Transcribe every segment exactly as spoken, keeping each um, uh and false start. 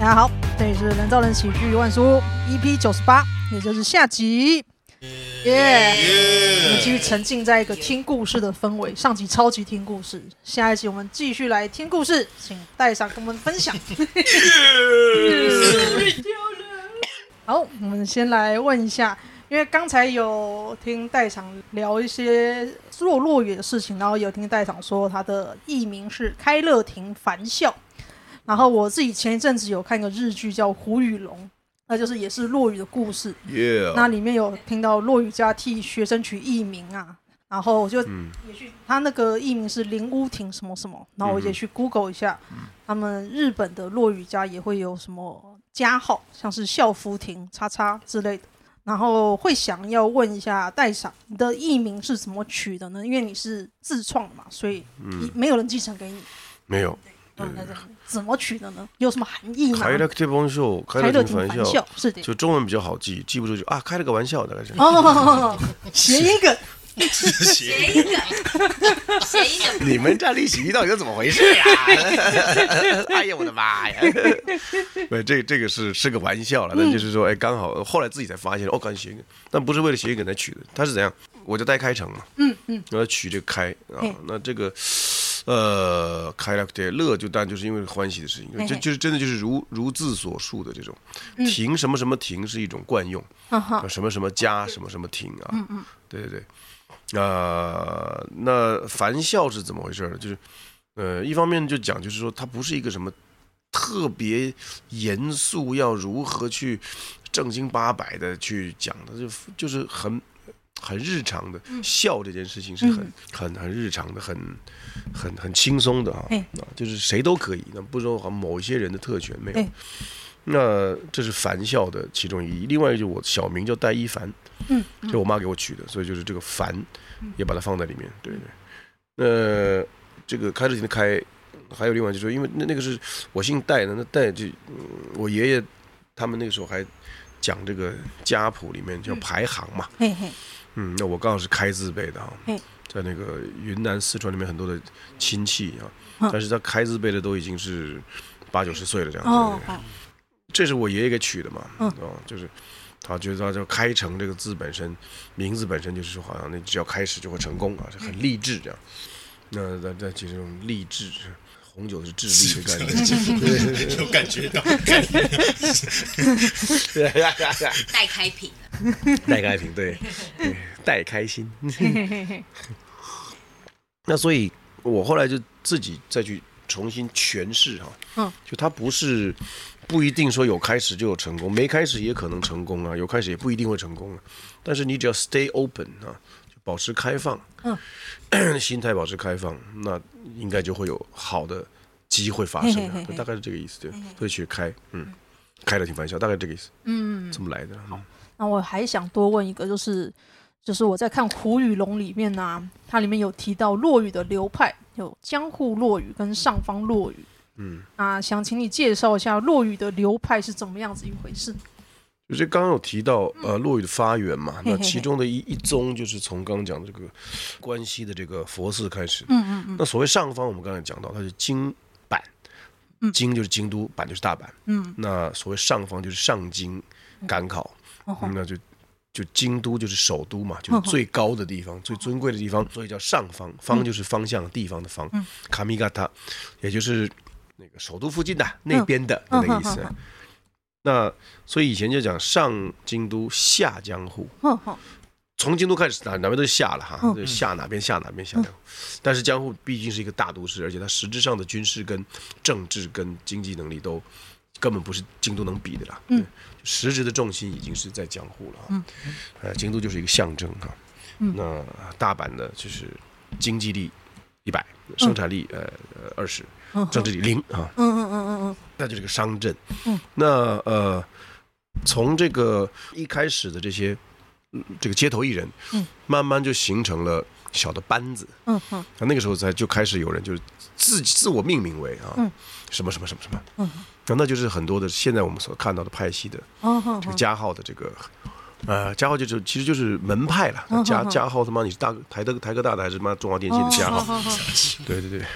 大家好，这里是人造人喜剧万书 E P 九十八，也就是下集。耶、yeah! 我们继续沉浸在一个听故事的氛围。上集超级听故事，下一集我们继续来听故事，请戴上跟我们分享。好，我们先来问一下，因为刚才有听戴场聊一些落落语的事情，然后有听戴场说他的艺名是开乐亭凡笑。然后我自己前一阵子有看一个日剧叫《虎与龙》，那就是也是落语的故事。 Yeah. 那里面有听到落语家替学生取艺名啊，然后我就也去，嗯、他那个艺名是林屋亭什么什么，然后我也去 Google 一下，嗯、他们日本的落语家也会有什么家号，像是孝夫亭、叉叉之类的。然后会想要问一下戴赏，你的艺名是怎么取的呢？因为你是自创的嘛，所以没有人继承给你。 没有。 嗯、怎么取的呢？有什么含义吗？ 开了个玩笑，开了个玩笑， 是的， 就中文比较好记，记不住就啊，开了个玩笑，大概是。 哦，谐音梗， 谐音梗，谐音梗。 你们站立喜剧到底是怎么回事呀？哎呀，我的妈呀！对，这这个是是个玩笑了，但就是说，哎，刚好后来自己才发现，哦，刚谐音梗，但不是为了谐音梗才取的，它是怎样？我叫戴开成嘛，嗯嗯，我要取这个开啊，那这个。呃，开了对乐就当然就是因为欢喜的事情，这就是真的就是如如字所述的这种，亭什么什么亭是一种惯用，嗯、什么什么家什么什么亭啊，嗯嗯，对对对，啊、呃，那凡笑是怎么回事呢？就是呃，一方面就讲就是说它不是一个什么特别严肃要如何去正经八百的去讲的，就就是很。很日常的笑这件事情是很、嗯、很很日常的，很很很轻松的啊，啊，就是谁都可以，那不是说某一些人的特权没有。那这是凡笑的其中一，另外一个就是我小名叫戴一凡，嗯，就我妈给我取的，所以就是这个凡也把它放在里面，对对。那这个开乐亭的开，还有另外就是说，因为那那个是我姓戴的，那戴就、嗯、我爷爷他们那个时候还讲这个家谱里面叫排行嘛，嘿嘿。嗯，那我刚好是开字辈的哈，在那个云南、四川里面很多的亲戚啊，但是他开字辈的都已经是八九十岁了这样子。哦，这是我爷爷给取的嘛，嗯、哦，就是他觉得他叫开成这个字本身，名字本身就是说好像那只要开始就会成功啊，就很励志这样。那那那这种励志。红酒是智力的概念， 有感觉到，待开瓶了， 待开瓶，对，待开心。那所以，我后来就自己再去重新诠释哈，嗯，就它不是不一定说有开始就有成功，没开始也可能成功啊，有开始也不一定会成功啊。但是你只要 stay open 啊，就保持开放，嗯，心态保持开放，那应该就会有好的机会发生的，嘿嘿嘿大概是这个意思，对，会去开，嗯，开了挺玩笑，大概这个意思，嗯，这么来的。 好，那我还想多问一个，就是就是我在看《虎与龙》里面呢、啊，它里面有提到落语的流派，有江户落语跟上方落语，嗯，啊，想请你介绍一下落语的流派是怎么样子一回事。 就是刚刚有提到呃落语的发源嘛，那其中的一一宗就是从刚刚讲的这个关西的这个佛寺开始。嗯嗯嗯。那所谓上方，我们刚才讲到，它是京阪，京就是京都，阪就是大阪。嗯。那所谓上方就是上京赶考，嗯、那就就京都就是首都嘛，就是最高的地方、嗯、最尊贵的地方，所以叫上方。方就是方向地方的方，嗯、Kamigata， 也就是那个首都附近的那边的那个意思。嗯嗯嗯嗯那所以以前就讲上京都下江户，从京都开始哪哪边都是下了哈，下哪边下哪边下江户。但是江户毕竟是一个大都市，而且它实质上的军事跟政治跟经济能力都根本不是京都能比的啦。嗯，实质的重心已经是在江户了。嗯，呃，京都就是一个象征哈。那大阪呢，就是经济力一百，生产力呃二十。政治力零啊，嗯嗯嗯嗯嗯，那就是个商镇。嗯，那呃，从这个一开始的这些、嗯、这个街头艺人，嗯，慢慢就形成了小的班子。嗯嗯，那那个时候才就开始有人就是自自我命名为啊，嗯，什么什么什么什么。嗯，那那就是很多的现在我们所看到的派系的，这个加号的这个。呃，加号就是其实就是门派了，加加号他妈你是大台德台科大的还是妈中华电信的加号？对对对。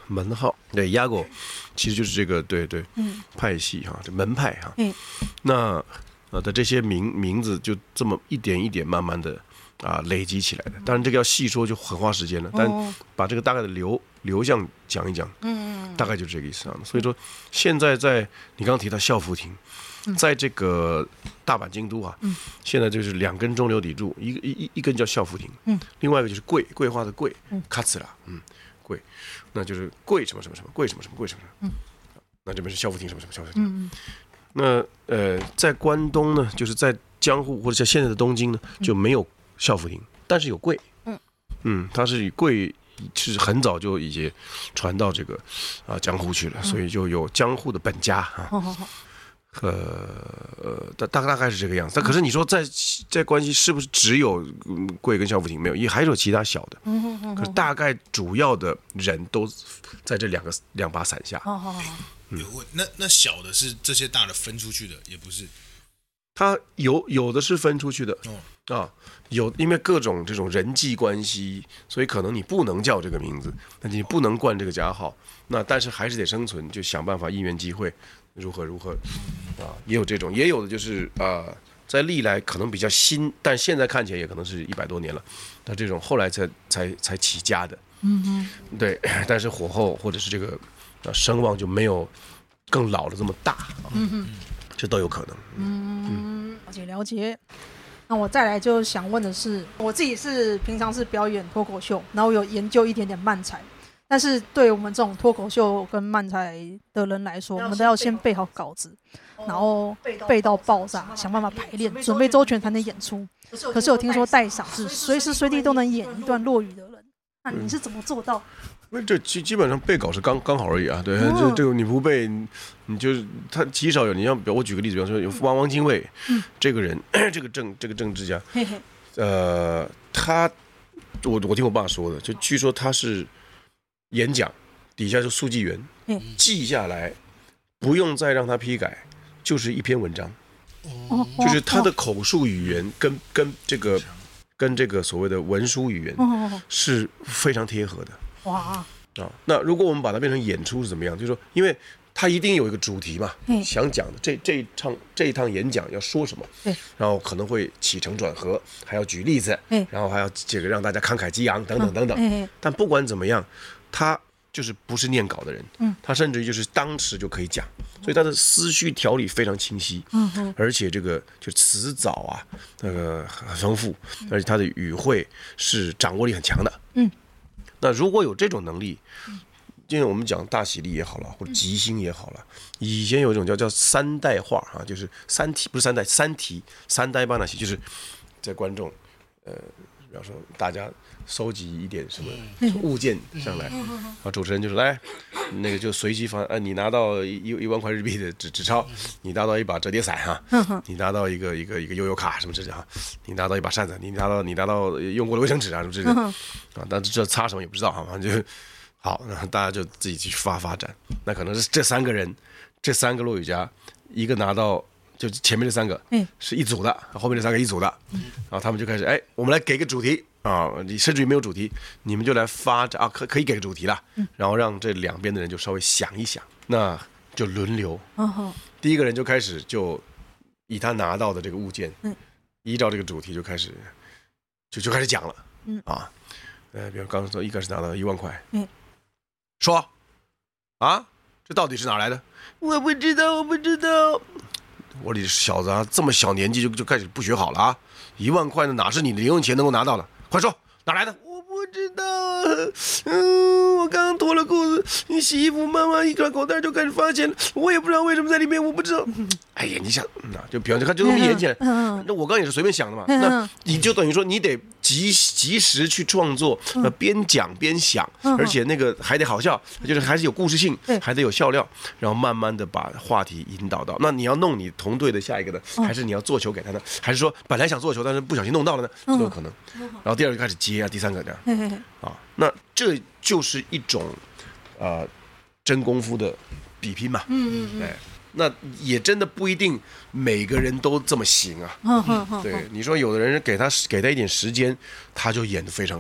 门号，对，亚狗其实就是这个对对， 嗯， 派系哈，这门派哈， 嗯， 那呃的这些名名字就这么一点一点慢慢的啊累积起来的。当然这个要细说就很花时间了，但把这个大概的流流向讲一讲，嗯，大概就是这个意思啊。所以说现在在你刚刚提到孝福亭。在这个大阪、京都啊，嗯、现在就是两根中流砥柱，一个一一根叫孝福亭，嗯、另外一个就是桂桂花的桂，卡茨拉，嗯，桂，那就是桂什么什么什么，桂什么什么，桂什么什么，嗯、那这边是孝福亭什么什么孝福亭。嗯、那呃，在关东呢，就是在江户或者在现在的东京呢，就没有孝福亭，但是有桂，嗯嗯，它是以桂。是很早就已经传到这个啊江户去了，所以就有江户的本家啊。哦哦呃呃，大大大概是这个样子。但可是你说在在关西是不是只有桂跟孝福亭没有？也还有其他小的。嗯嗯可是大概主要的人都在这两个两把伞下。哦哦嗯、那那小的是这些大的分出去的，也不是。 他有有的是分出去的。哦啊，有因为各种这种人际关系，所以可能你不能叫这个名字，那你不能冠这个家号。那但是还是得生存，就想办法因缘际会。如何如何啊？也有这种，也有的就是啊、呃，在历来可能比较新，但现在看起来也可能是一百多年了。那这种后来才才才起家的，嗯哼，对。但是火候或者是这个啊声望就没有更老的这么大，啊、嗯哼，这都有可能。 嗯，了解了解。那我再来就想问的是，我自己是平常是表演脱口秀，然后有研究一点点漫才。但是对我们这种脱口秀跟漫才的人来说，我们都要先背好稿子，然后背到爆炸，想办法排练，准备周全才能演出。可是有听说戴赏是随时随地都能演一段落语的人，那你是怎么做到？ 那这基基本上背稿是刚刚好而已啊，对，这、哦、这个你不背，你就是他极少有。你像我举个例子，比方说有汪汪精卫、嗯、这个人，这个政这个政治家，嘿嘿呃，他我我听我爸说的，就据说他是。演讲底下就速记员，嗯、记下来，不用再让他批改，就是一篇文章，哦、就是他的口述语言跟跟这个跟这个所谓的文书语言是非常贴合的。哇啊！那如果我们把它变成演出是怎么样？就是说，因为他一定有一个主题嘛，想讲的这这一场这一趟演讲要说什么，然后可能会起承转合，还要举例子，然后还要这个让大家慷慨激昂等等等等。但不管怎么样。他就是不是念稿的人，嗯，他甚至于就是当时就可以讲，所以他的思绪条理非常清晰，嗯，而且这个就词藻啊，那个很丰富，而且他的语汇是掌握力很强的，嗯，那如果有这种能力，因为我们讲大喜力也好了，或者吉星也好了，以前有一种叫叫三代画啊，就是三体不是三代三体三代巴纳西，就是在观众，呃，比方说大家。收集一点什么物件上来，然后主持人就说：“来，那个就随机发，呃，你拿到一一万块日币的纸纸钞，你拿到一把折叠伞哈，你拿到一个一个一个悠游卡什么之类的哈，你拿到一把扇子，你拿到你拿到用过的卫生纸啊什么之类的啊，但是这擦什么也不知道哈，就好，然后大家就自己去发发展。那可能是这三个人，这三个落语家，一个拿到。”就前面这三个是一组的，后面这三个一组的，然后他们就开始，哎，我们来给个主题啊，你甚至于没有主题，你们就来发展啊，可可以给个主题了，然后让这两边的人就稍微想一想，那就轮流，第一个人就开始就以他拿到的这个物件，依照这个主题就开始就就开始讲了，啊，呃，比如刚刚说一开始拿到一万块，说啊，这到底是哪来的？我不知道，我不知道。我说你小子啊，这么小年纪就就开始不学好了啊！一万块的哪是你的零用钱能够拿到的？快说哪来的？我不知道，嗯，我刚刚脱了裤子，你洗衣服，妈妈一转口袋就开始发现了，我也不知道为什么在里面，我不知道。哎呀，你想，那就比方说，看就这么演起来，那我刚也是随便想的嘛。那你就等于说，你得及及时去创作，那边讲边想，而且那个还得好笑，就是还是有故事性，还得有笑料，然后慢慢的把话题引导到。那你要弄你同队的下一个呢，还是你要做球给他呢？还是说本来想做球，但是不小心弄到了呢？都有可能。然后第二个就开始接啊，第三个这样啊，那这就是一种呃真功夫的比拼嘛。嗯嗯哎，那也真的不一定每个人都这么行啊。对，你说有的人给他给他一点时间，他就演得非常好。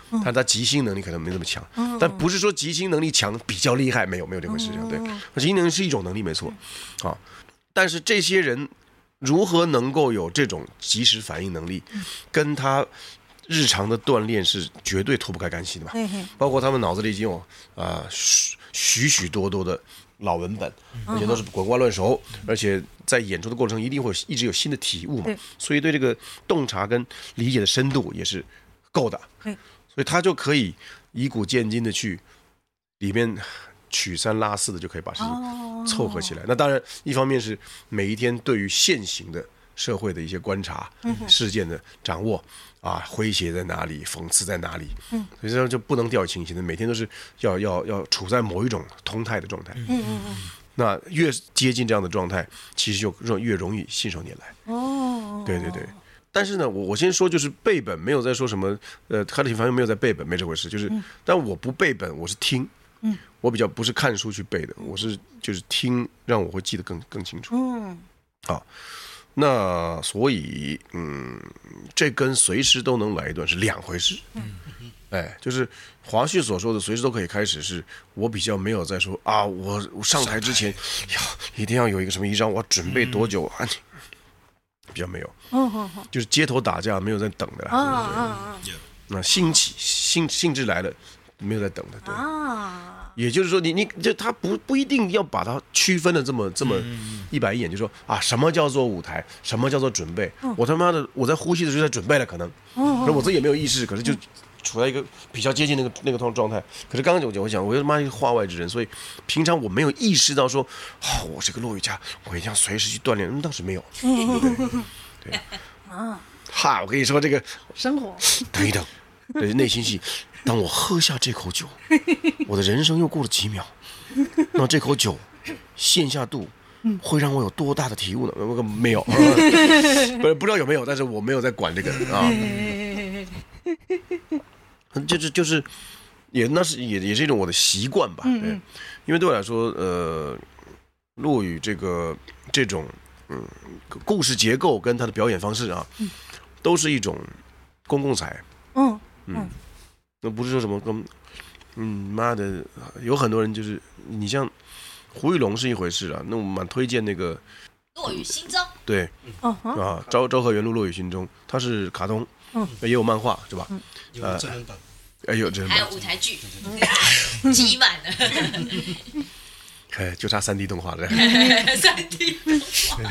但是他即兴能力可能没这么强，但不是说即兴能力强比较厉害，没有没有这回事，对，即兴能力是一种能力没错，啊，但是这些人如何能够有这种即时反应能力，跟他日常的锻炼是绝对脱不开干系的嘛，包括他们脑子里已经有啊、呃、许许多多的老文本，而且都是滚瓜烂熟，而且在演出的过程中一定会一直有新的体悟嘛，所以对这个洞察跟理解的深度也是够的，所以他就可以以古见今的去里面取三拉四的就可以把事情凑合起来。那当然，一方面是每一天对于现行的社会的一些观察、事件的掌握啊，诙谐在哪里，讽刺在哪里，所以这样就不能掉以轻心的，每天都是要要要处在某一种通态的状态。嗯嗯嗯。那越接近这样的状态，其实就越容易信手拈来。哦。对对对。但是呢，我我先说，就是背本没有在说什么，呃，哈里反正没有在背本，没这回事。就是，但我不背本，我是听。嗯。我比较不是看书去背的，我是就是听，让我会记得更更清楚。嗯。好。那所以，嗯，这跟随时都能来一段是两回事。嗯，哎，就是华胥所说的随时都可以开始，是我比较没有在说啊，我我上台之前要一定要有一个什么仪仗，我准备多久啊？比较没有，就是街头打架没有在等的啦。啊啊啊！那兴起兴兴致来了，没有在等的，对。啊。也就是说你，你你就他不不一定要把它区分的这么这么一板一眼，就说啊，什么叫做舞台，什么叫做准备？我他妈的我在呼吸的时候在准备了，可能，可我自己也没有意识，可是就处在一个比较接近那个那个状态。可是刚刚我我讲，我他妈一个话外之人，所以平常我没有意识到说，哦，我是个落语家，我一定要随时去锻炼。当时没有，对不对？对啊，哈，我跟你说这个生活， 等一等，对，内心戏。当我喝下这口酒，我的人生又过了几秒。那这口酒陷下肚，会让我有多大的体悟呢？没有，不不知道有没有，但是我没有在管这个啊。就是就是，也那是也也是一种我的习惯吧。对，因为对我来说，呃，落语这个这种嗯故事结构跟他的表演方式啊，都是一种公共财。嗯嗯。那不是说什么跟，嗯，妈的，有很多人就是你像胡玉龙是一回事啊，那我蛮推荐那个《 落语心中》。 对，嗯、啊，昭昭和元禄落语心中，它是卡通，嗯，也有漫画是吧？嗯， 有真人版， 哎有真人版， 还有舞台剧，挤满了， 哎，就差三 D 动画了， 三 D 动画，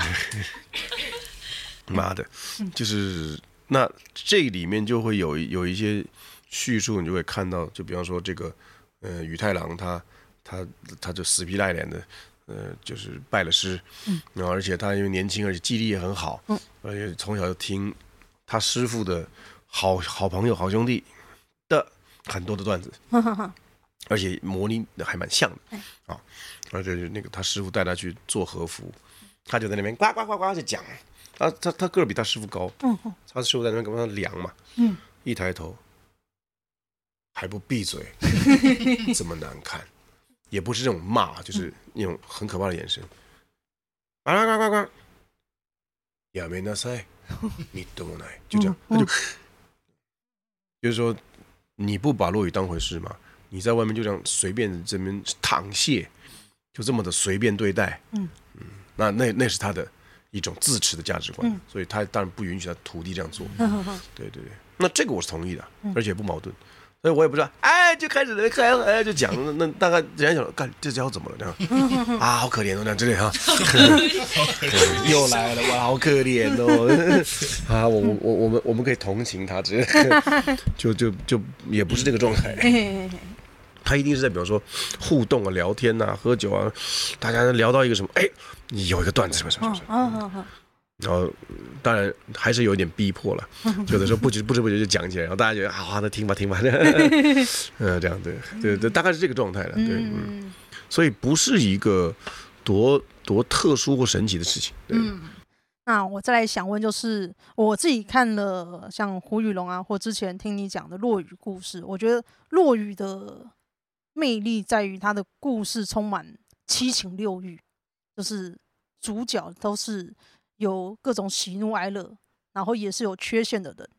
妈的，就是那这里面就会有有一些。叙述你就会看到，就比方说这个，呃，宇太郎他他他就死皮赖脸的，呃，就是拜了师，嗯，然后而且他因为年轻，而且记忆力也很好，嗯，而且从小就听他师傅的好好朋友、好兄弟的很多的段子，而且模拟的还蛮像的啊，而且那个他师傅带他去做和服，他就在那边呱呱呱呱就讲，他他他个儿比他师傅高，嗯，他师傅在那边给他量嘛，嗯，一抬头。还不闭嘴，这么难看，也不是这种骂，就是那种很可怕的眼神。呱呱呱呱呱，やめなさい，みっともない，就这样，他就就是说，你不把落语当回事嘛？你在外面就这样随便这边淌泻，就这么的随便对待，嗯嗯，那那那是他的一种自持的价值观，所以他当然不允许他徒弟这样做。对对对，那这个我是同意的，而且不矛盾。所以我也不知道，哎，就开始开哎就讲，那那大概人家想，干这家伙怎么了这样啊，好可怜哦，这样之类哈，又来了哇，好可怜哦啊，我我我我们我们可以同情他，只是就就就也不是这个状态，他一定是在比方说互动啊、聊天啊、喝酒啊，大家聊到一个什么，哎，你有一个段子什么什么什么。然后，当然还是有一点逼迫了，有的时候不知不知不觉就讲起来，然后大家觉得啊，好，那听吧听吧，嗯，这样对对对，大概是这个状态了，对，嗯，所以不是一个多多特殊或神奇的事情，对。嗯， 那我再来想问，就是我自己看了像胡宇龙啊，或之前听你讲的落语故事，我觉得落语的魅力在于它的故事充满七情六欲，就是主角都是。有各种喜怒哀乐，然后也是有缺陷的人，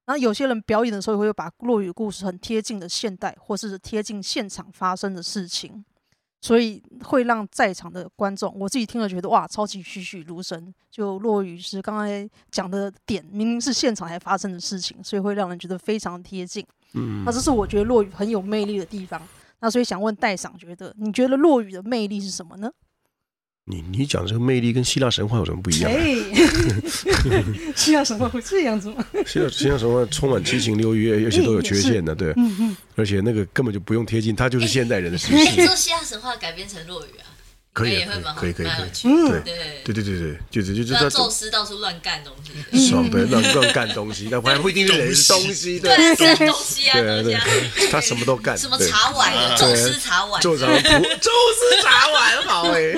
然后有些人表演的时候也会把落语故事很贴近的现代，或是贴近现场发生的事情，所以会让在场的观众，我自己听了觉得哇，超级栩栩如生。就落语是刚才讲的点，明明是现场才发生的事情，所以会让人觉得非常贴近。嗯，那这是我觉得落语很有魅力的地方。那所以想问戴赏，觉得你觉得落语的魅力是什么呢？ 你你讲这个魅力跟希腊神话有什么不一样？ 哎，希腊神话会这样子吗？ 希腊希腊神话充满七情六欲，而且都有缺陷的，对， 嗯嗯， 而且那个根本就不用贴近，它就是现代人的事哎， 情。 做希腊神话改编成落语啊， 可以也会蛮好， 可以可以可以蛮有趣嗯的。 对对对对对对，就是就是他让宙斯到处乱干东西。 爽，对，乱乱干东西，但还不一定是人，是东西，对对，是东西啊， 对对东西啊， 他什么都干， 什么对茶碗啊，宙斯茶碗， 宙斯茶碗，宙斯茶碗好哎。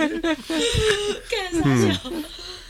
嗯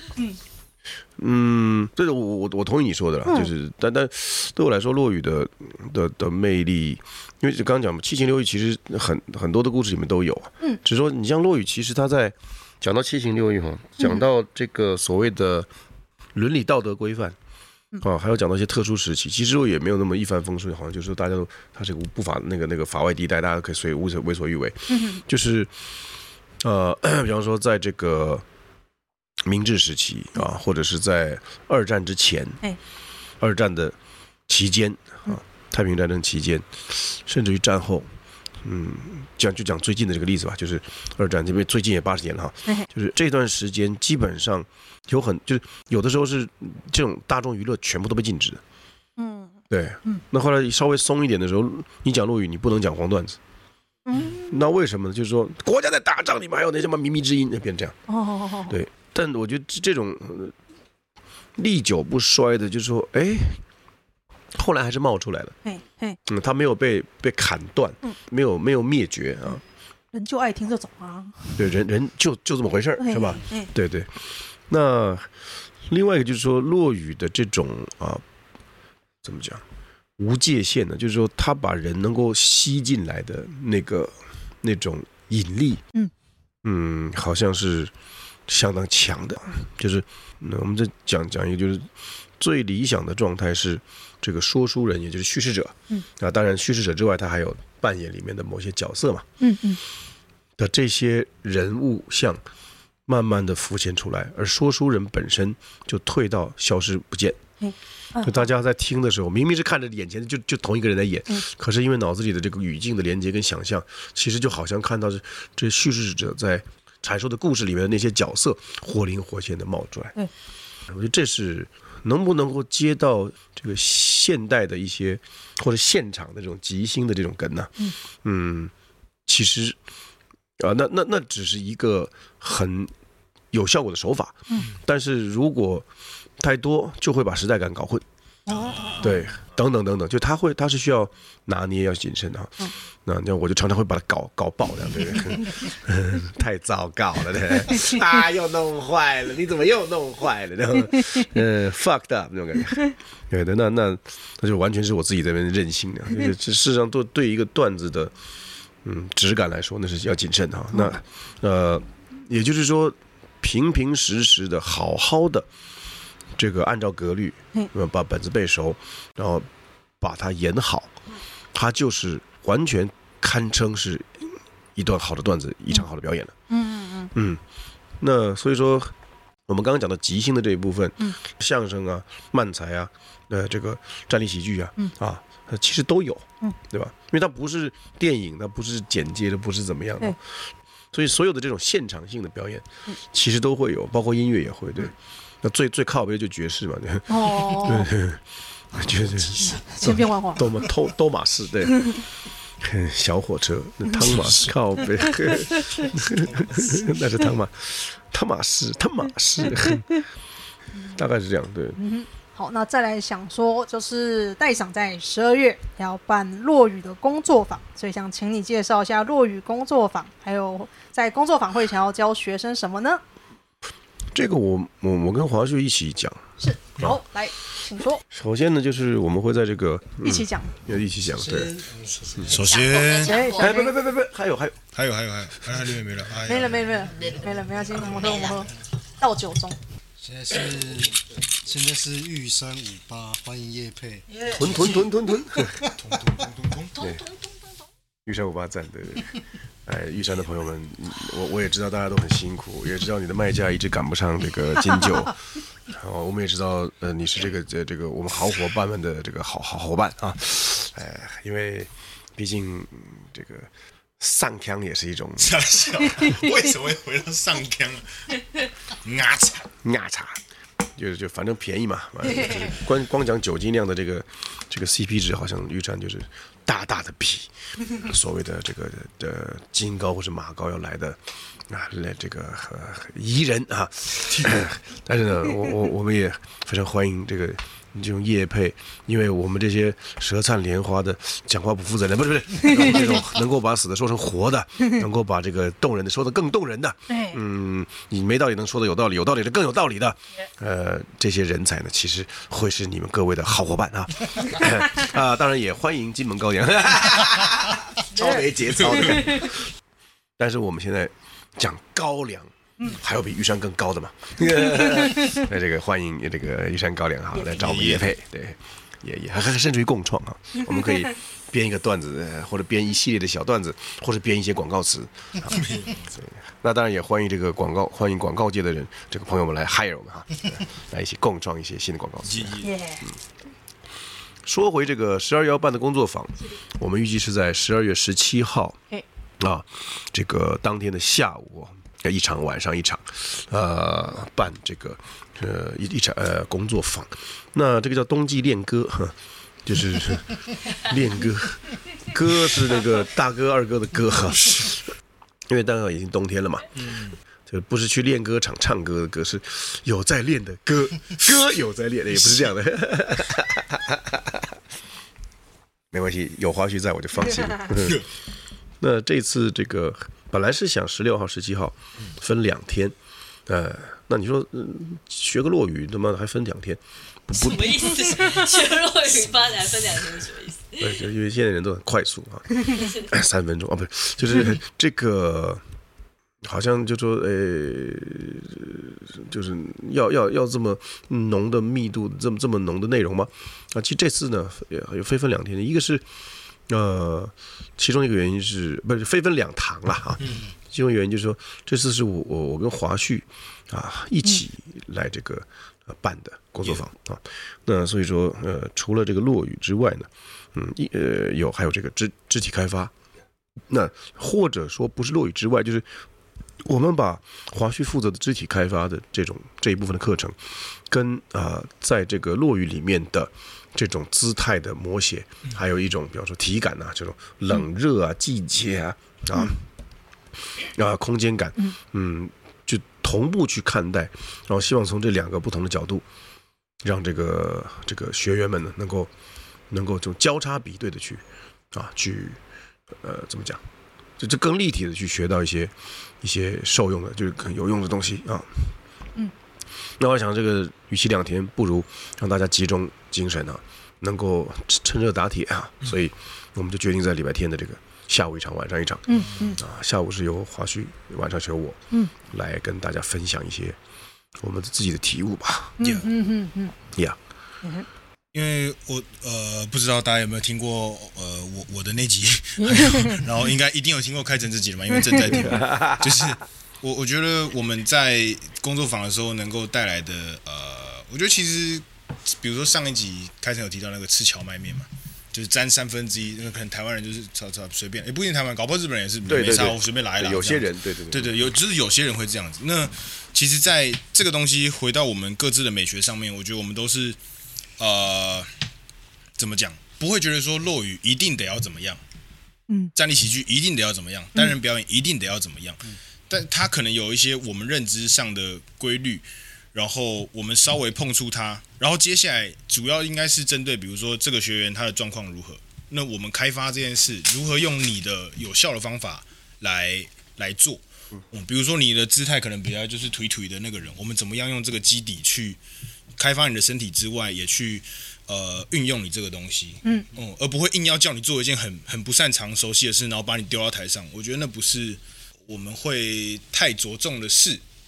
嗯，这个我我我同意你说的啦，就是但但对我来说，落语的的的魅力，因为刚刚讲七情六欲，其实很很多的故事里面都有啊。嗯，只是说你像落语，其实它在讲到七情六欲哈，讲到这个所谓的伦理道德规范。啊，还有讲到一些特殊时期，其实也没有那么一帆风顺，好像就是说大家都它是个不法那个那个法外地带，大家可以随为所为所欲为。嗯、就是呃，比方说在这个明治时期啊，或者是在二战之前， 哎、 二战的期间啊，太平洋战争期间，甚至于战后。嗯，讲就讲最近的这个例子吧，就是二战这边最近也八十年了哈，就是这段时间基本上有很就是有的时候是这种大众娱乐全部都被禁止的，嗯，对，嗯，那后来稍微松一点的时候，你讲落语你不能讲黄段子，嗯，那为什么呢？就是说国家在打仗，你们还有那什么靡靡之音，变这样，哦，对，但我觉得这种历久不衰的，就是说，哎。后来还是冒出来了，嘿嘿嗯，他没有被被砍断，嗯、没有没有灭绝啊。 人就爱听这种啊， 对，人人就就这么回事儿，是吧？对对。那另外一个就是说，落语的这种啊，怎么讲，无界限的，就是说，他把人能够吸进来的那个那种引力，嗯嗯，好像是相当强的。就是那我们再讲讲一个，就是最理想的状态是。这个说书人，也就是叙事者，嗯啊，当然叙事者之外，他还有扮演里面的某些角色嘛，嗯嗯，的这些人物像慢慢的浮现出来，而说书人本身就退到消失不见。嗯，就大家在听的时候，明明是看着眼前就就同一个人在演，嗯、可是因为脑子里的这个语境的连接跟想象，其实就好像看到这叙事者在阐述的故事里面的那些角色活灵活现的冒出来。嗯，我觉得这是。能不能够接到这个现代的一些或者现场的这种即兴的这种梗呢、啊？嗯, 嗯，其实啊，那那那只是一个很有效果的手法。嗯，但是如果太多，就会把时代感搞混。哦，对，等等等等，就他会，他是需要拿捏，要谨慎啊。嗯，那那我就常常会把它搞搞爆，这样对不对？太糟糕了，对，啊，又弄坏了，你怎么又弄坏了？然后，呃 ，fucked up 那种感觉。对的，那那那就完全是我自己在那边任性的，就是事实上对对一个段子的嗯质感来说，那是要谨慎哈。那呃，也就是说，平平实实的，好好的。这个按照格律，把本子背熟，然后把它演好，它就是完全堪称是一段好的段子，一场好的表演了。嗯嗯嗯。那所以说，我们刚刚讲的即兴的这一部分，嗯、相声啊、漫才啊、呃这个站立喜剧啊，嗯、啊，其实都有，嗯、对吧？因为它不是电影，它不是剪接的，不是怎么样的，所以所有的这种现场性的表演，其实都会有，包括音乐也会，对。那最最靠背的就爵士嘛，对，哦，对，爵士， 千变万化， 多马偷多马士，对，小火车，那汤马士靠背，那是汤马，汤马士，汤马士，大概是这样，对。 嗯，好，那再来想说，就是戴赏在十二月要办落语的工作坊，所以想请你介绍一下落语工作坊，还有在工作坊会想要教学生什么呢？ 这个我我我跟华旭一起讲， 是好、啊、来，请说。 首先呢，就是我们会在这个、 嗯、一起讲， 要一起讲，对。 首先， 哎，不不不不不，还有还有还有还有还有，还有没了没了没了没了没了没了没了，今天我们喝我们喝倒酒盅。 现在是现在是玉山五八，欢迎业配。 囤囤囤囤囤， 通通通通通， 对，玉山五八站对对。哎，玉山的朋友们，我我也知道大家都很辛苦，也知道你的卖价一直赶不上这个金九，哦，我们也知道，呃，你是这个这这个我们好伙伴们的这个好好伙伴啊，哎，因为毕竟这个上腔也是一种傻笑，为什么会回到上腔啊？牙茶压茶。就就反正便宜嘛，就是光光讲酒精量的这个这个 C P 值，好像玉山就是大大的比所谓的这个的金膏或者马膏要来的啊，来这个呃宜人啊。但是呢，我我我们也非常欢迎这个这种业配，因为我们这些舌灿莲花的讲话不负责任，不是不是，这种能够把死的说成活的，能够把这个动人的说得更动人的，嗯，你没道理能说的有道理，有道理的更有道理的，呃，这些人才呢，其实会是你们各位的好伙伴啊。啊，当然也欢迎金门高粱，超没节操的。但是我们现在讲高粱。还有比玉山更高的嘛？那这个欢迎这个玉山高粱哈来找我们业配，对，也也还甚至于共创啊，我们可以编一个段子，或者编一系列的小段子，或者编一些广告词。啊、那当然也欢迎这个广告，欢迎广告界的人，这个朋友们来 hire 我们哈，来一起共创一些新的广告词。嗯、说回这个十二幺办的工作坊，我们预计是在十二月十七号啊，这个当天的下午。一场晚上一场，呃，办这个呃一一场呃工作坊，那这个叫冬季练歌，就是练歌，歌是那个大哥二哥的歌哈，因为当然已经冬天了嘛，就不是去练歌场唱歌的歌，是有在练的歌，歌有在练的，也不是这样的，没关系，有花絮在我就放心了。那这次这个。本来是想十六号、十七号分两天，呃，那你说、嗯、学个落语，他妈还分两天，不什么意思？学落语发展分两天是什么意思？ 对，就因为现在人都很快速啊，三分钟啊，不是，就是这个，好像就说，呃，就是要要要这么浓的密度，这么这么浓的内容吗？啊，其实这次呢，也有非分两天的，一个是。呃，其中一个原因是不是非分两堂了啊？其中一个原因就是说，这次是我我我跟华旭啊一起来这个、呃、办的工作坊啊。那所以说呃，除了这个落语之外呢，嗯，一呃有还有这个肢肢体开发。那或者说不是落语之外，就是我们把华旭负责的肢体开发的这种这一部分的课程，跟啊、呃、在这个落语里面的。这种姿态的摹写，还有一种比方说体感啊，这种冷热啊、季节啊啊啊空间感，嗯，就同步去看待，然后希望从这两个不同的角度，让这个这个学员们呢，能够能够这种交叉比对的去啊去呃怎么讲，就就更立体的去学到一些一些受用的，就是很有用的东西啊。嗯，那我想这个与其两天，不如让大家集中。精神啊，能够趁热打铁啊，所以我们就决定在礼拜天的这个下午一场，晚上一场。嗯嗯啊，下午是由华旭，晚上是由我，嗯，来跟大家分享一些我们自己的体悟吧。 嗯嗯嗯嗯 ，Yeah。 因为我呃不知道大家有没有听过呃我我的那集，然后应该一定有听过开成这集了嘛，因为正在听，就是我我觉得我们在工作坊的时候能够带来的呃，我觉得其实。比如说上一集开始有提到那个吃荞麦面嘛，就是沾三分之一，那可能台湾人就是炒炒随便，也不一定台湾，搞不好日本人也是没差，我随便来一来。 有些人对对对对对，有就是有些人会这样子。那其实在这个东西回到我们各自的美学上面，我觉得我们都是呃怎么讲，不会觉得说落语一定得要怎么样，嗯，站立喜剧一定得要怎么样，单人表演一定得要怎么样，嗯、但它可能有一些我们认知上的规律。然后我们稍微碰触它，然后接下来主要应该是针对，比如说这个学员他的状况如何，那我们开发这件事如何用你的有效的方法来来做，嗯，比如说你的姿态可能比较就是腿腿的那个人，我们怎么样用这个基底去开发你的身体之外，也去呃运用你这个东西，嗯嗯，而不会硬要叫你做一件很很不擅长熟悉的事，然后把你丢到台上，我觉得那不是我们会太着重的事。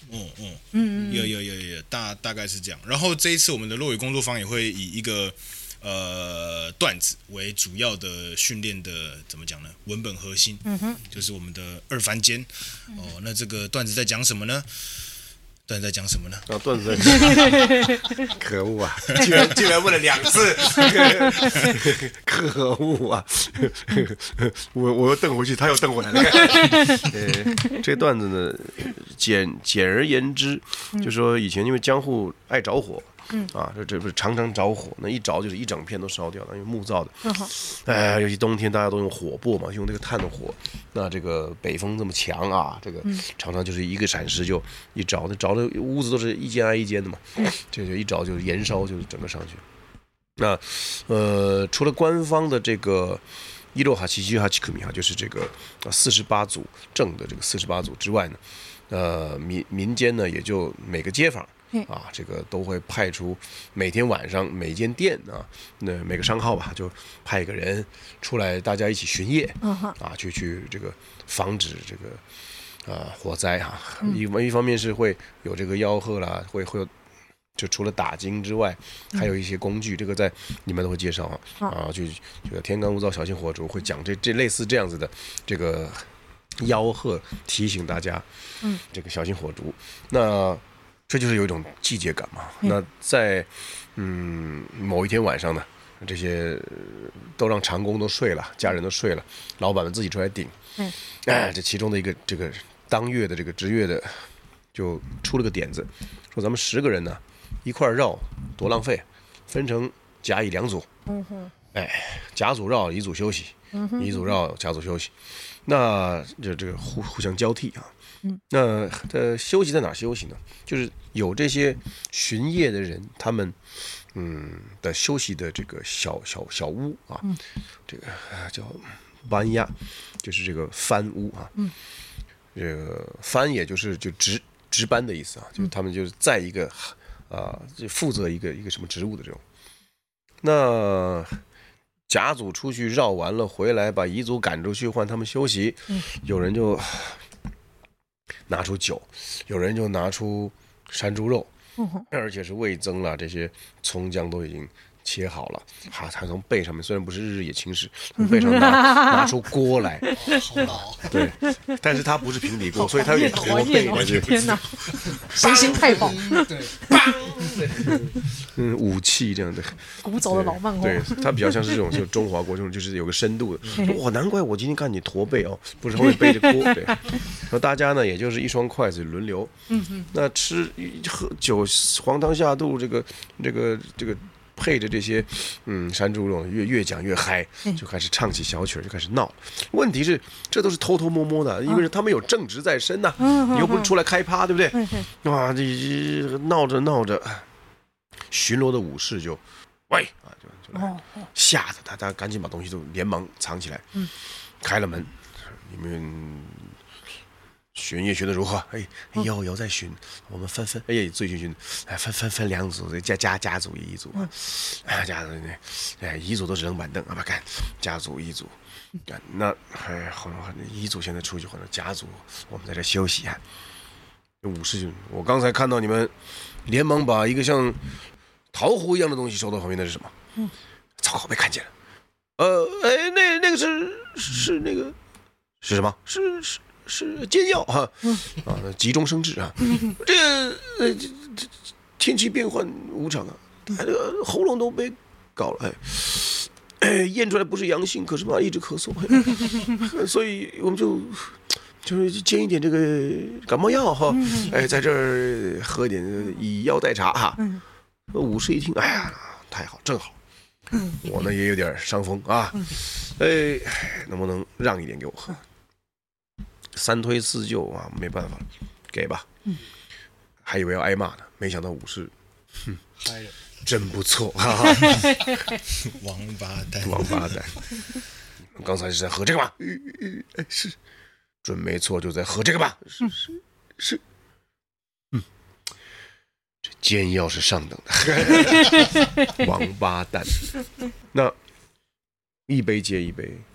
嗯嗯嗯，有有有有，大大概是这样。然后这一次我们的落语工作坊也会以一个呃段子为主要的训练的怎么讲呢？文本核心，嗯哼，就是我们的二番间。哦，那这个段子在讲什么呢？段子在讲什么呢？ 啊，段子在可恶啊！居然居然问了两次，可恶啊！我我又瞪回去，他又瞪回来了。呃，这段子呢，简简而言之，就说以前因为江户爱着火。嗯啊，这这不是常常着火，那一着就是一整片都烧掉了，因为木造的。哎、呃，尤其冬天大家都用火拨嘛，用这个炭的火，那这个北风这么强啊，这个常常就是一个闪失就一着，那着的屋子都是一间挨一间的嘛，这就一着就是延烧，就是整个上去。那呃，除了官方的这个伊洛哈奇基哈奇克米哈，就是这个四十八组正的这个四十八组之外呢，呃，民民间呢也就每个街坊。啊，这个都会派出每天晚上每间店啊，那每个商号吧，就派一个人出来，大家一起巡夜啊，去去这个防止这个啊火灾哈、啊。一一方面是会有这个吆喝啦，会会有，就除了打金之外，还有一些工具，这个在你们都会介绍啊啊，就这个天干物燥小心火烛会讲这这类似这样子的这个吆喝，提醒大家，嗯，这个小心火烛。那这就是有一种季节感嘛。那在嗯某一天晚上呢，这些都让长工都睡了，家人都睡了，老板们自己出来顶。嗯，哎，这其中的一个这个当月的这个值月的就出了个点子，说咱们十个人呢一块绕多浪费，分成甲乙两组。嗯哼，哎，甲组绕，乙组休息；乙组绕，甲组休息。那就这个互互相交替啊。嗯，那呃，休息在哪休息呢？就是有这些巡夜的人，他们嗯的休息的这个小小小屋啊，嗯、这个、呃、叫班亚，就是这个番屋啊。嗯，这个番也就是就值值班的意思啊，就是他们就是在一个啊、呃，就负责一个一个什么职务的这种。那甲组出去绕完了回来，把乙组赶出去换他们休息。嗯，有人就拿出酒，有人就拿出山猪肉，嗯、而且是味增了，这些葱姜都已经切好了。哈、啊，他从背上面虽然不是日日野青史，从背上拿拿出锅来， 哦、好老。 对，但是他不是平底锅，所以他有点驼背的。 天哪，身心太饱。 对， 嗯，武器这样的古早的老漫画。 对，他比较像是这种，就中华国这种，就是有个深度的。哇，难怪我今天看你驼背哦，不是后面背着锅。对，然后大家呢，也就是一双筷子轮流。嗯嗯。那吃喝酒，黄汤下肚，这个这个这个。配着这些，嗯，山猪肉越越讲越嗨，就开始唱起小曲，就开始闹。问题是，这都是偷偷摸摸的，因为他们有正职在身呐、啊，你又不是出来开趴，对不对？哇，这闹着闹着，巡逻的武士就，喂啊，就就来吓得他，他赶紧把东西都连忙藏起来，开了门，你们。巡夜巡的如何？哎，有有在巡，我们分分，哎呀，最近巡，哎，分分分两组，家家家族一组，啊，家族呢，哎，一组都是扔板凳啊，不干，家族一组，那哎，好像一组现在出去，或者家族我们在这休息啊。武士就，我刚才看到你们连忙把一个像桃核一样的东西收到旁边，那是什么？嗯，糟糕，被看见了。呃，哎，那那个是是那个是什么？是是。是煎药哈，啊，急中生智啊，这个呃，这这天气变幻无常啊，他这个喉咙都被搞了，哎，哎，验出来不是阳性，可是嘛一直咳嗽，哎、所以我们就就是煎一点这个感冒药哈，哎，在这儿喝一点以药代茶哈。武士一听，哎呀，太好，正好，我呢也有点伤风啊，哎，能不能让一点给我喝？三推四就啊，没办法，给吧。嗯，还以为要挨骂呢，没想到武士，哼，真不错，哈哈。 王八蛋， 王八蛋。刚才是在喝这个吗？呃、是，准没错，就在喝这个吧？是是是。嗯，这煎药是上等的，王八蛋。那一杯接一杯。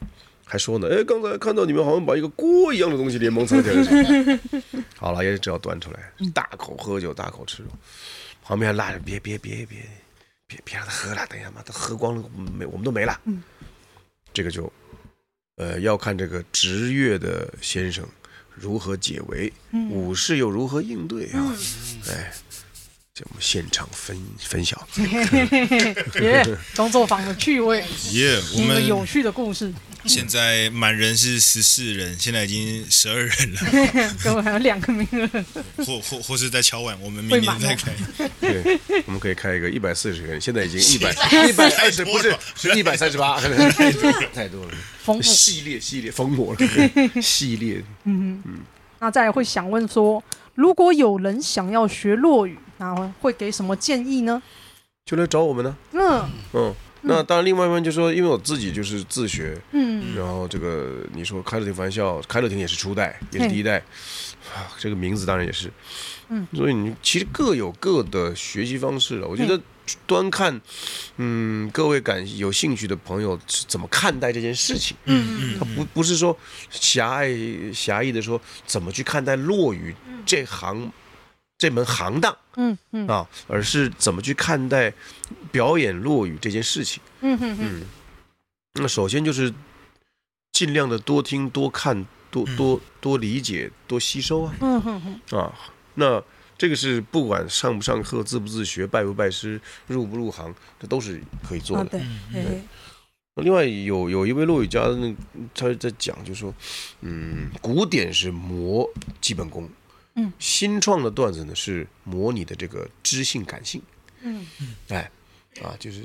还说呢，哎，刚才看到你们好像把一个锅一样的东西连蒙藏起来。好了，也只要端出来，大口喝酒，大口吃肉。旁边还拉着，别别别别别别让他喝了，等一下嘛，他喝光了，没我们都没了。嗯、这个就，呃，要看这个执月的先生如何解围，嗯、武士又如何应对啊？嗯、哎。我们现场分分享， 耶，工作坊的趣味， 耶，我们有趣的故事。 现在满人是十四人，现在已经十二人了， 跟我还有两个名额， 或或或是在敲碗，我们明年再开。 对，我们可以开一个一百四十人，现在已经一百一百二十，不是是一百三十八，太多了，太多了。系列系列疯魔了，系列。嗯嗯。那再来会想问说，如果有人想要学落语，那会给什么建议呢？ 就来找我们呢。嗯嗯，那当然，另外一方面就说，因为我自己就是自学，嗯，然后这个你说开乐亭返校，开乐亭也是初代，也是第一代，啊，这个名字当然也是，嗯，所以你其实各有各的学习方式了。我觉得端看，嗯，各位感有兴趣的朋友是怎么看待这件事情，嗯嗯，他不不是说狭隘狭义的说怎么去看待落语这行。这门行当，嗯嗯啊，而是怎么去看待表演落语这件事情，嗯嗯嗯。那首先就是尽量的多听、多看、多多多理解、多吸收啊，嗯嗯嗯啊。那这个是不管上不上课、自不自学、拜不拜师、入不入行，这都是可以做的。对对。另外有有一位落语家，他在讲，就是说，嗯，古典是磨基本功。嗯，新创的段子呢是模拟的这个知性感性，嗯，哎，啊，就是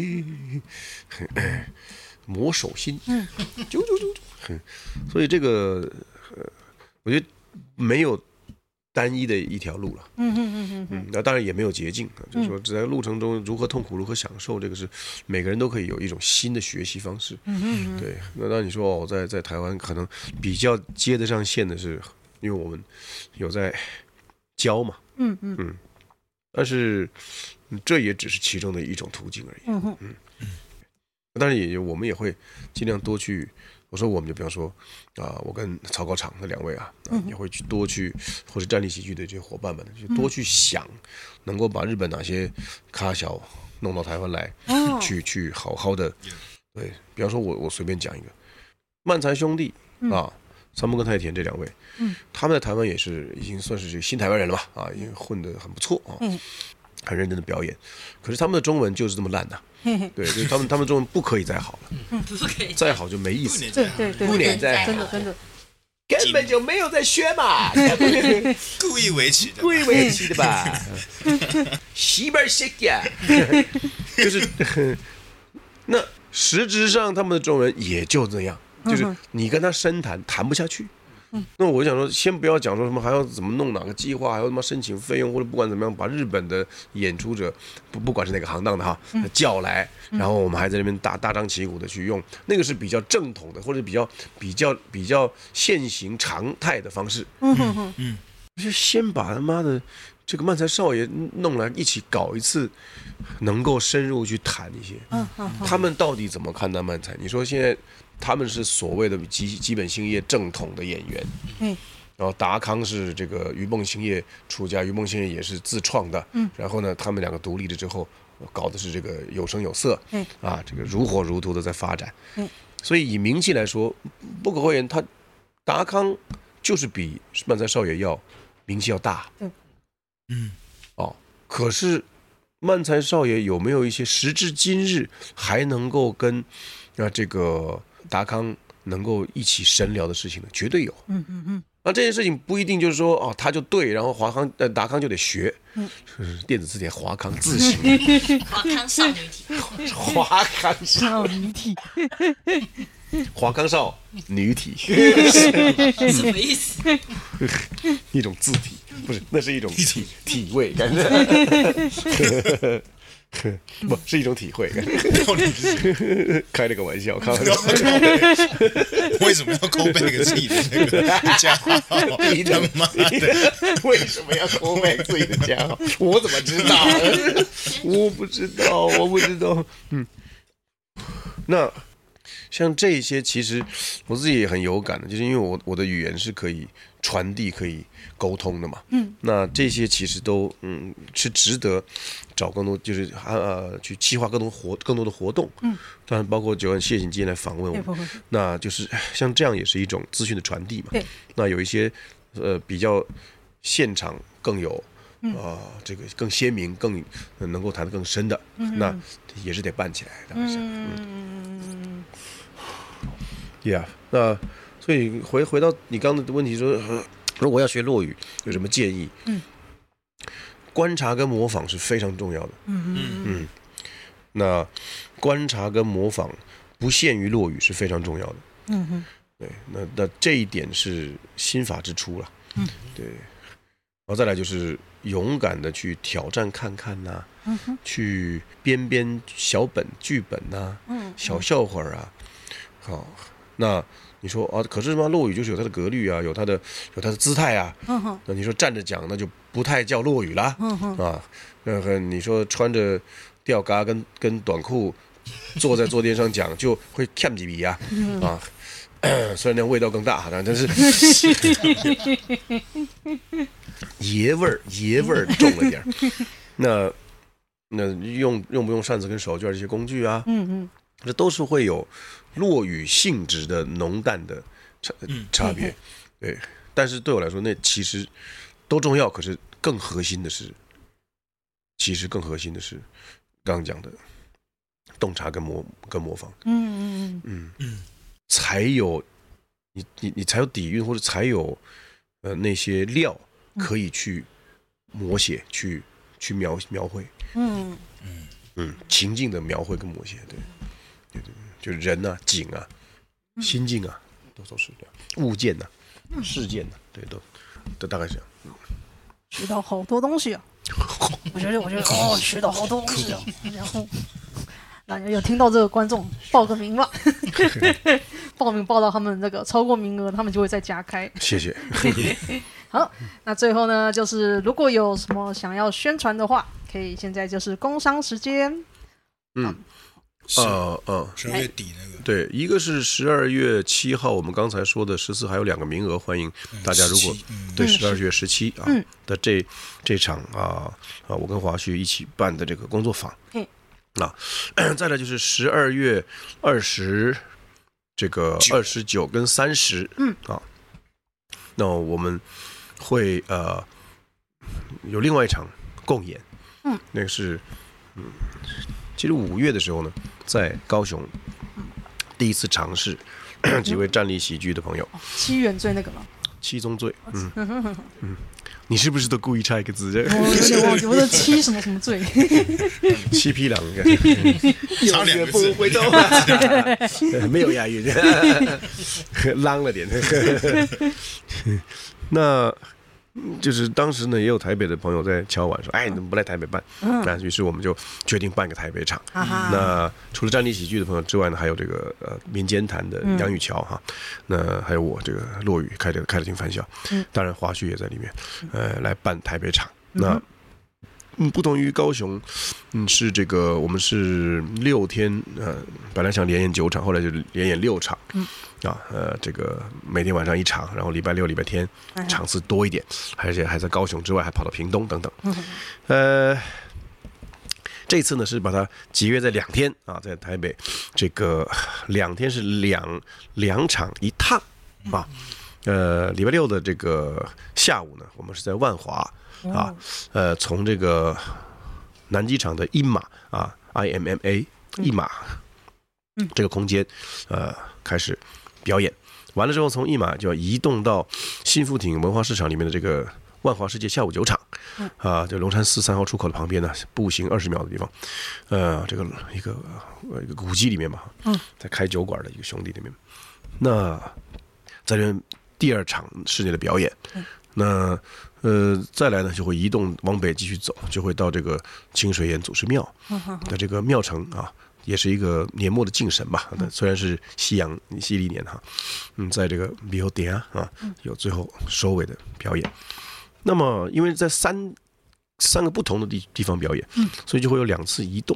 哎磨手心，嗯，啾啾啾啾，所以这个呃，我觉得没有单一的一条路了，嗯嗯嗯嗯，那当然也没有捷径啊，就是说在路程中如何痛苦如何享受，这个是每个人都可以有一种新的学习方式，嗯嗯，对，那当然你说我在在台湾可能比较接得上线的是。因为我们有在教嘛，嗯嗯嗯，但是这也只是其中的一种途径而已，嗯嗯嗯。当然也我们也会尽量多去，我说我们就比方说啊、呃，我跟曹高场那两位啊，呃、也会去多去，或者站立喜剧的这些伙伴们，就多去想，能够把日本哪些咖小弄到台湾来，哦、去去好好的，对，比方说我我随便讲一个，漫才兄弟啊。嗯三木跟太田这两位，嗯，他们在台湾也是已经算是这个新台湾人了吧？啊，已经混得很不错啊，嗯，很认真的表演。可是他们的中文就是这么烂的，对，就是他们他们中文不可以再好了，嗯，不可以再好就没意思， 对对对， 不能再好， 真的真的， 根本就没有在学嘛， 故意维持的， 故意维持的吧？西边西呀，就是那实质上他们的中文也就这样。就是你跟他深谈谈不下去，嗯，那我想说，先不要讲说什么还要怎么弄哪个计划，还要他妈申请费用，或者不管怎么样，把日本的演出者不不管是哪个行当的哈，嗯、叫来，然后我们还在那边大大张旗鼓的去用，那个是比较正统的，或者比较比较比较现行常态的方式，嗯哼哼，嗯，就先把他妈的这个漫才少爷弄来一起搞一次，能够深入去谈一些，嗯嗯，他们到底怎么看待漫才？你说现在。他们是所谓的基基本兴业正统的演员，嗯，然后达康是这个于梦兴业出家，于梦兴业也是自创的，嗯，然后呢，他们两个独立了之后，搞的是这个有声有色，嗯，啊，这个如火如荼的在发展，嗯，所以以名气来说，不可讳言，他达康就是比漫才少爷要名气要大，嗯，嗯，哦，可是漫才少爷有没有一些时至今日还能够跟啊这个达康能够一起神聊的事情呢？绝对有。嗯嗯嗯。那这件事情不一定就是说哦，他就对，然后华康呃达康就得学。嗯。电子字典华康自行。 华康少女体。 华康少女体。 华康少女体。 什么意思？ 一种字体，不是，那是一种体体味，感觉。不是一种体会，开了个玩笑，开玩笑。 为什么要抠背个自己的那个家号？ 你他妈的，为什么要抠背自己的家号？我怎么知道？我不知道，我不知道。嗯，那像这些，其实我自己也很有感的，就是因为我我的语言是可以传递、可以沟通的嘛。嗯，那这些其实都嗯是值得找更多，就是呃去企划更多活更多的活动。嗯，当然包括九安，谢谢你今天来访问我们。那就是像这样也是一种资讯的传递嘛。对。那有一些呃比较现场更有。啊、呃，这个更鲜明、更能够谈得更深的，嗯、那也是得办起来。当然是，嗯，Yeah， 那所以回回到你刚刚的问题说，呃、如果要学落语，有什么建议？嗯，观察跟模仿是非常重要的。嗯嗯嗯，那观察跟模仿不限于落语是非常重要的。嗯哼，对，那那这一点是心法之初了。嗯，对。然后再来就是勇敢的去挑战看看呐、啊，嗯、去编编小本剧本呐、啊，嗯、小笑话啊，好，那你说啊，可是嘛，落语就是有它的格律啊，有它的有它的姿态啊，嗯、那你说站着讲那就不太叫落语啦，嗯、啊，那个你说穿着吊嘎跟跟短裤坐在坐垫上讲就会欠几笔啊，嗯、啊。虽然那味道更大，但是爷味儿爷味儿重了点。那那用用不用扇子跟手绢这些工具啊？嗯嗯，这都是会有落语性质的浓淡的差差别。对，但是对我来说，那其实都重要。可是更核心的是，其实更核心的是刚刚讲的洞察跟模跟模仿。嗯嗯嗯嗯。才有你你你才有底蕴，或者才有呃那些料可以去摹写，去去描描绘，嗯嗯嗯，情境的描绘跟摹写，对对对，就是人啊、景啊、心境啊，都都是这样，物件呐、啊、事件呐、啊，对，都都大概是这样。嗯、 学到好多东西啊！我觉得我觉得哦，学到好多东西啊，然后。那有听到这个观众报个名吧，报名报到他们那个超过名额，他们就会再加开。 谢谢。 好，那最后呢，就是如果有什么想要宣传的话，可以现在就是工商时间。 嗯，呃呃， 十二月底那个。 对，一个是十二月七号，我们刚才说的十四还有两个名额，欢迎大家。如果、嗯、对十二月十七啊、嗯、的这这场啊啊，我跟华旭一起办的这个工作坊。嗯。啊，再来就是十二月二十，这个二十九跟三十，嗯啊，那我们会呃有另外一场共演，嗯，那个是嗯，其实五月的时候呢，在高雄第一次尝试几位站立喜剧的朋友， 七原罪那个吗？ 七宗罪，嗯嗯。你是不是都故意差一个字？ 我有点忘记，我说七什么什么罪？ 七匹狼， 差两个字， 不回头，没有押韵，浪了点。那就是当时呢，也有台北的朋友在敲碗说：“哎，你怎么不来台北办？”那于是我们就决定办个台北场。那除了站立喜剧的朋友之外呢，还有这个呃民间谈的杨雨桥哈，那还有我这个落语开的开的挺翻笑，当然华胥也在里面，呃，来办台北场。那嗯，不同于高雄，嗯，是这个我们是六天，呃，本来想连演九场，后来就连演六场，嗯，啊，呃，这个每天晚上一场，然后礼拜六、礼拜天场次多一点，而且还在高雄之外还跑到屏东等等，呃，这次呢是把它集约在两天啊，在台北这个两天是两两场一趟啊，呃，礼拜六的这个下午呢，我们是在万华。啊，呃，从这个南机场的一马啊 ，I M M A 一马，嗯，这个空间，呃，开始表演。完了之后，从一马就要移动到新富町文化市场里面的这个万华世界下午酒厂，啊，就龙山寺三号出口的旁边呢，步行二十秒的地方，呃，这个一个一个古迹里面嘛，嗯，在开酒馆的一个兄弟里面，那在这第二场室内的表演，那。呃，再来呢，就会移动往北继续走，就会到这个清水岩祖师庙的这个庙城啊，也是一个年末的敬神吧。虽然是西洋西历年哈，嗯，在这个比后点啊，有最后收尾的表演。那么，因为在三三个不同的地地方表演，所以就会有两次移动。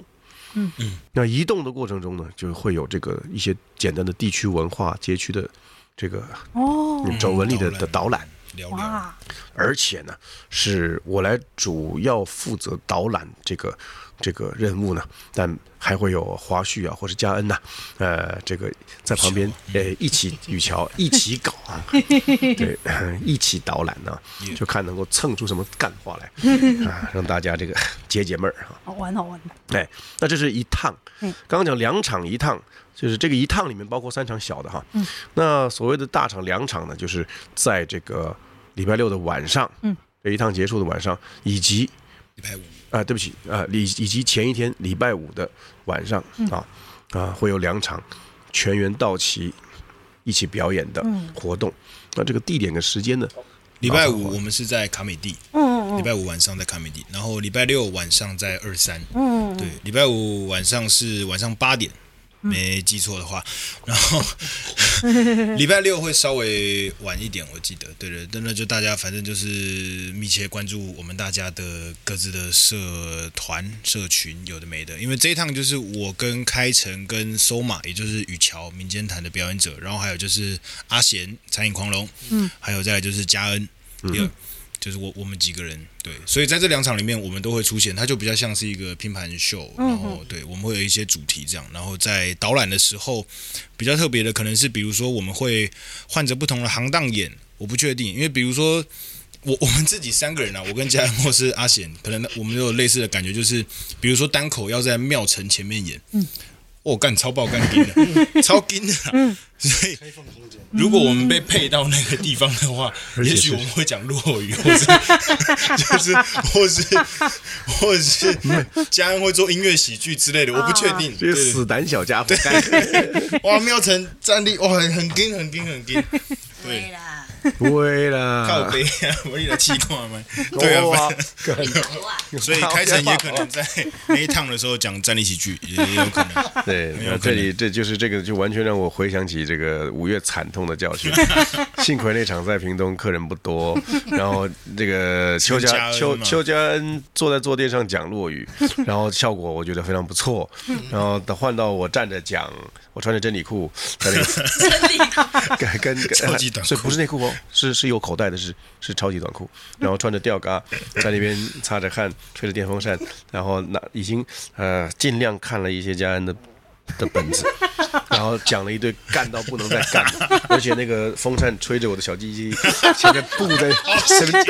嗯嗯，那移动的过程中呢，就会有这个一些简单的地区文化街区的这个哦， 走文里的嗯的导览。 聊聊。 哇， 而且呢，是我来主要负责导览这个这个任务呢，但还会有华胥啊，或是嘉恩呐、呃，这个在旁边呃一起雨乔一起搞啊，对，一起导览呢、就看能够蹭出什么干话来啊，让大家这个解解闷儿啊。 好玩好玩。 哎，那这是一趟， 嗯刚刚讲两场一趟。就是这个一趟里面包括三场小的哈， 嗯， 那所谓的大场两场呢，就是在这个礼拜六的晚上， 嗯， 这一趟结束的晚上，以及礼拜五啊、对不起啊，以、以及前一天礼拜五的晚上、 嗯、 啊啊，会有两场全员到齐一起表演的活动。 嗯、 那这个地点跟时间呢？ 礼拜五我们是在卡美地， 嗯， 礼拜五晚上在卡美地，然后礼拜六晚上在二三， 嗯， 对，礼拜五晚上是晚上八点。没记错的话，然后礼拜六会稍微晚一点，我记得，对对，那就大家反正就是密切关注我们大家的各自的社团、社群，有的没的。因为这一趟就是我跟开城跟收马，也就是雨乔民间团的表演者，然后还有就是阿贤餐饮狂龙，嗯，还有再来就是嘉恩，第二。嗯就是我我们几个人对，所以在这两场里面我们都会出现，它就比较像是一个拼盘秀，然后对我们会有一些主题这样，然后在导览的时候比较特别的可能是比如说我们会换着不同的行当演，我不确定，因为比如说我我们自己三个人啊，我跟嘉恩或是阿贤，可能我们都有类似的感觉，就是比如说单口要在庙城前面演，嗯。我干、哦、超爆干金的，超金的啦、嗯，所以如果我们被配到那个地方的话，也许我们会讲落语，或是就是或是或者是嘉恩会做音乐喜剧之类的，我不确定。 这是死胆小家伙， 哇，庙城战力哇，很金很金很金， 对啦。 对啦， 靠背啊，我也来气看嘛。对啊，所以开城也可能在那一趟的时候讲站立喜剧，也有可能。 对，这里这就是这个，就完全让我回想起这个五月惨痛的教训。幸亏那场在屏东客人不多，然后这个邱家邱邱家恩坐在坐垫上讲落语，然后效果我觉得非常不错。然后等换到我站着讲，我穿着真理裤，在那个跟跟超级短裤， 所以不是内裤哦。是是有口袋的是，是是超级短裤，然后穿着吊嘎，在那边擦着汗，吹着电风扇，然后那已经呃尽量看了一些嘉恩的的本子，然后讲了一堆干到不能再干，而且那个风扇吹着我的小鸡鸡，前面布在前面，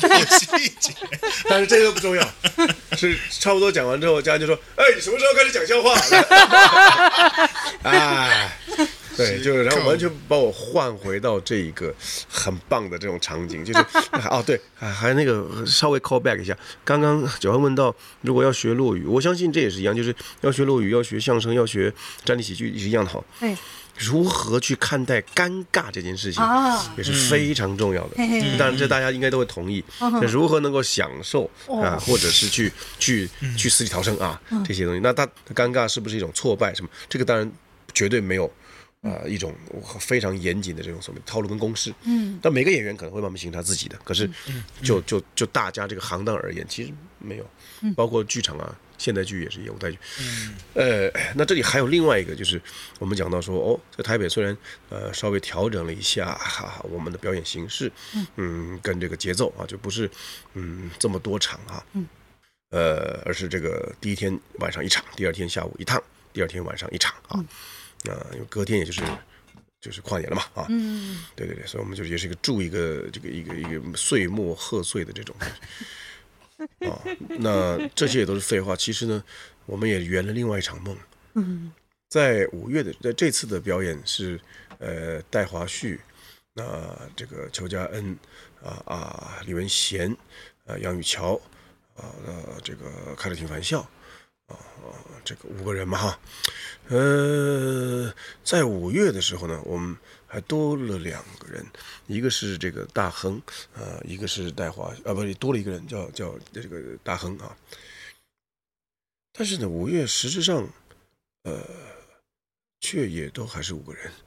但是这个不重要，是差不多讲完之后，嘉恩就说：“哎，你什么时候开始讲笑话？”啊。对，就是然后完全把我换回到这一个很棒的这种场景，就是哦对，还那个稍微 call back 一下，刚刚九安问到，如果要学落语，我相信这也是一样，就是要学落语，要学相声，要学站立喜剧，也是一样的好。 哎， 如何去看待尴尬这件事情也是非常重要的。当然，这大家应该都会同意。那如何能够享受啊，或者是去去去死里逃生啊这些东西，那他尴尬是不是一种挫败什么？这个当然绝对没有。啊、呃，一种非常严谨的这种所谓套路跟公式，嗯，但每个演员可能会慢慢形成他自己的，可是就就就大家这个行当而言，其实没有，包括剧场啊，现代剧也是，舞台剧，嗯，呃，那这里还有另外一个，就是我们讲到说，哦，在台北虽然呃稍微调整了一下哈、啊、我们的表演形式，嗯，跟这个节奏啊，就不是嗯这么多场啊，嗯，呃，而是这个第一天晚上一场，第二天下午一趟，第二天晚上一场啊。啊，因为隔天也就是就是跨年了嘛，啊，嗯，对对对，所以我们就是也是一个祝一个这个一个一个岁末贺岁的这种，啊，那这些也都是废话。其实呢，我们也圆了另外一场梦。嗯，在五月的在这次的表演是呃戴华胥，那这个邱家恩啊啊李文贤啊杨雨乔啊呃这个开了挺玩笑。啊，这个五个人嘛哈，呃，在五月的时候呢，我们还多了两个人，一个是这个大亨啊、呃，一个是戴华啊，不是多了一个人叫叫这个大亨啊。但是呢，五月实质上，呃，却也都还是五个人，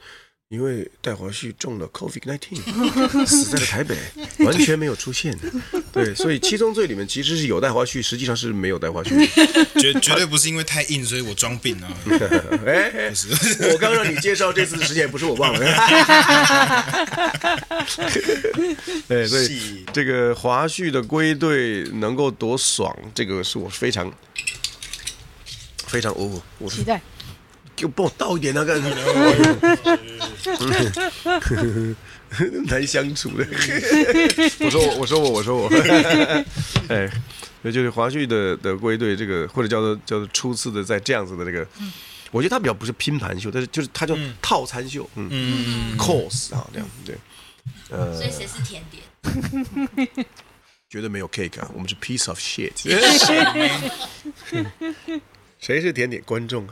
因为戴华旭中了 COVID 十九， 死在了台北，完全没有出现。对，所以七宗罪里面其实是有戴华旭，实际上是没有戴华旭。 绝绝对不是因为太硬，所以我装病啊。 哎，不是，我刚让你介绍这次的时间，不是我忘了。对，所以这个华旭的归队能够多爽，这个是我非常非常哦，我期待。 给我帮我倒一点那个，难相处的。我说我，我说我，我说我。哎，那就是华旭的的归队，这个或者叫做叫做初次的在这样子的这个，我觉得他比较不是拼盘秀，但是就是他叫套餐秀，嗯嗯 ，course 啊这样对。 呃，所以谁是甜点？ 绝对没有 cake 啊，我们是 piece of shit。谁是甜点观众？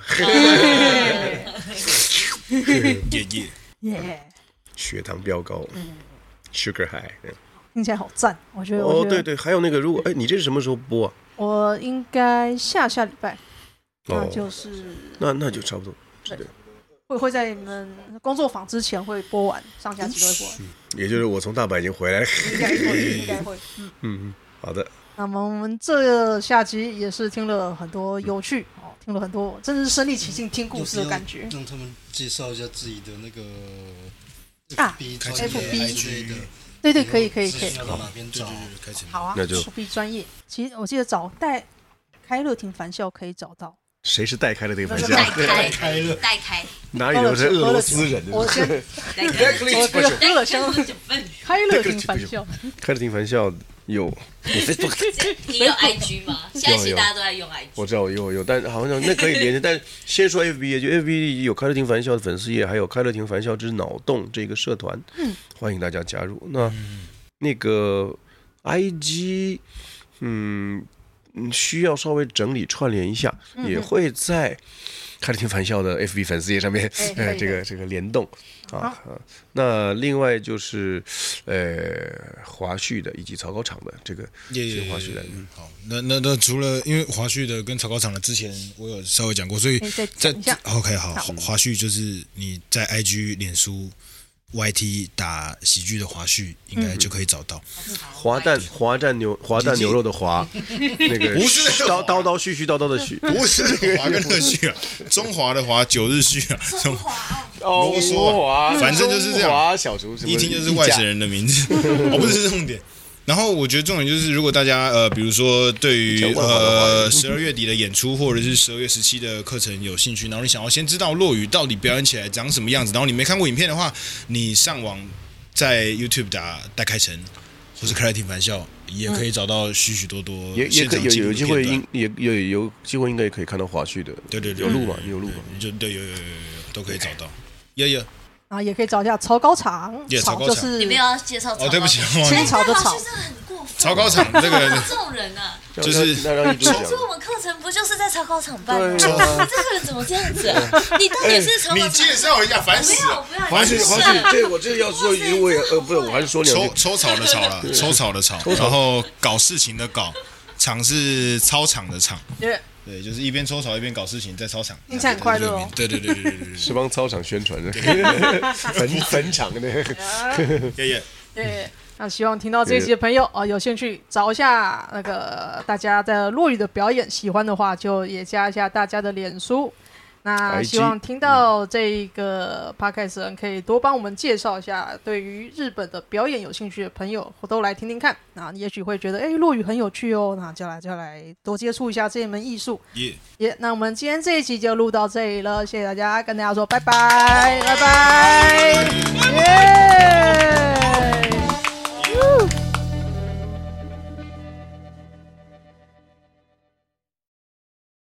耶耶耶！ 血糖飙高，sugar high， 听起来好赞，我觉得。 哦，对对，还有那个，如果哎，你这是什么时候播啊？ 我应该下下礼拜，那就是， 那那就差不多，对， 会会在你们工作坊之前会播完，上下集都会播完。 也就是我从大阪已经回来了， 应该会，应该会，嗯嗯，好的。 那么我们这下集也是听了很多有趣哦，听了很多，真的是身临其境听故事的感觉。 让他们介绍一下自己的那个啊 F B 之类的。 对对，可以可以可以。 要到哪边找？ 好啊， 那就 F B 专业。其实我记得找戴开乐亭返校可以找到。 谁是代开的那个返校？ 代开，代开。 哪里有是俄罗斯人的？ 我先，我这个喝了香开乐亭返校。 开乐亭返校有， 你有 I G 吗？现在其实大家都在用 I G。 我知道有有，但好像那可以连接。但先说 F B， 就 F B 有开乐亭返校的粉丝页，还有开乐亭返校之脑洞这个社团，嗯，欢迎大家加入。那那个 I G， 嗯。需要稍微整理串联一下，嗯、也会在开乐亭返校的 F B 粉丝页上面，哎、呃，这个这个联动啊啊。那另外就是呃华旭的以及草稿厂的这个这个华旭的，嗯， 好，那那那除了因为华旭的跟草稿厂的之前我有稍微讲过，所以在 OK 好，华旭就是你在 I G 脸书。Y T 打喜剧的华旭应该就可以找到。 滑蛋滑蛋牛滑蛋牛肉的滑，那个不是刀刀刀絮絮叨叨的絮， 不是华跟乐旭啊，中华的华九日旭啊，中华哦， 华，反正就是这样。 小厨一听就是外省人的名字，哦，不是重点。然后我觉得重点就是，如果大家呃，比如说对于呃十二月底的演出，或者是十二月十七的课程有兴趣，然后你想要先知道落语到底表演起来长什么样子，然后你没看过影片的话，你上网在 YouTube 打戴开成或是开乐亭返校，也可以找到许许多多也也可以有有机会应也有有机会应该也可以看到华旭的， 对对对， 有录嘛，你有录嘛， 就对有有有有有都可以找到，耶耶。 啊，也可以找一下草稿厂， 草就是你们要介绍草稿厂。 哦，对不起， 先草的草， 草稿厂这个这种人啊， 就是可是我们课程不就是在草稿厂办的吗？这个人怎么这样子啊？你到底是草稿厂？ 你介绍一下，烦死了！ 华旭，华旭，这我这要说，因为呃，不是，我还是说两句。 抽抽草的草了，抽草的草，然后搞事情的搞，场是操场的场。对，就是一边抽草一边搞事情，在操场， 听起来很快乐哦。 对对对对对对， 是帮操场宣传的，坟坟场的。 耶耶。 对，那希望听到这一集的朋友啊，有兴趣找一下那个大家在落语的表演，喜欢的话就也加一下大家的脸书。那希望听到这个 podcast 人可以多帮我们介绍一下，对于日本的表演有兴趣的朋友，我都来听听看。那也许会觉得，哎，落语很有趣哦，那就来就来多接触一下这一门艺术。 耶、 yeah. yeah, 那我们今天这一集就录到这里了，谢谢大家，跟大家说拜拜，拜拜，耶。